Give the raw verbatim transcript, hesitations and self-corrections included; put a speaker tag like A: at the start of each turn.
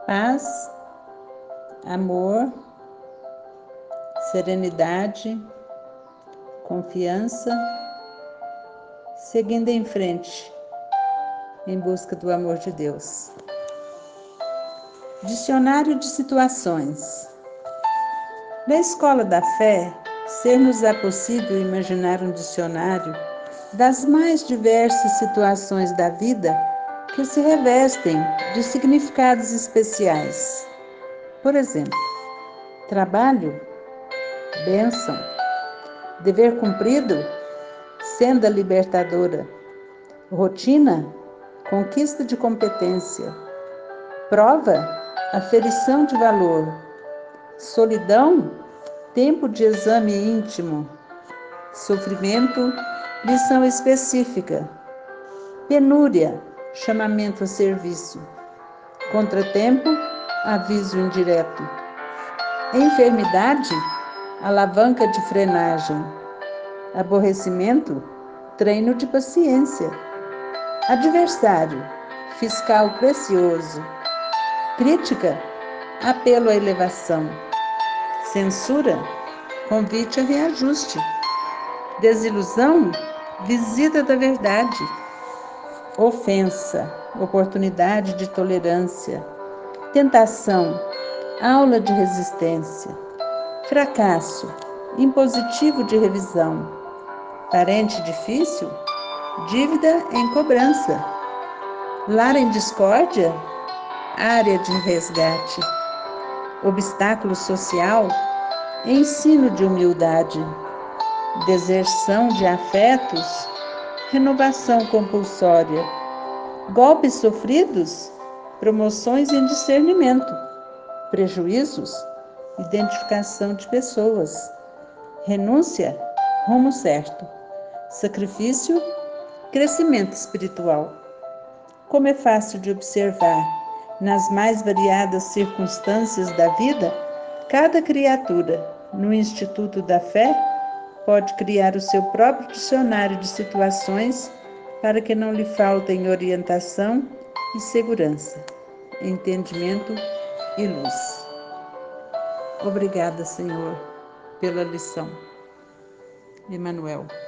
A: paz, amor, serenidade, confiança, seguindo em frente, em busca do amor de Deus. Dicionário de situações. Na escola da fé, ser-nos-á possível imaginar um dicionário das mais diversas situações da vida que se revestem de significados especiais. Por exemplo, trabalho, bênção, dever cumprido, senda libertadora, rotina, conquista de competência, prova, aferição de valor, solidão, tempo de exame íntimo, sofrimento, lição específica, penúria, chamamento a serviço, contratempo, aviso indireto, enfermidade, alavanca de frenagem, aborrecimento, treino de paciência, adversário, fiscal precioso, crítica, apelo à elevação, censura, convite a reajuste, desilusão, visita da verdade, ofensa, oportunidade de tolerância, tentação, aula de resistência, fracasso, impositivo de revisão, parente difícil, dívida em cobrança, lar em discórdia, área de resgate, obstáculo social, ensino de humildade, deserção de afetos, renovação compulsória, golpes sofridos, promoções em discernimento, prejuízos, identificação de pessoas, renúncia, rumo certo, sacrifício, crescimento espiritual. Como é fácil de observar, nas mais variadas circunstâncias da vida, cada criatura, no Instituto da Fé, pode criar o seu próprio dicionário de situações para que não lhe faltem orientação e segurança, entendimento e luz. Obrigada, Senhor, pela lição. Emmanuel.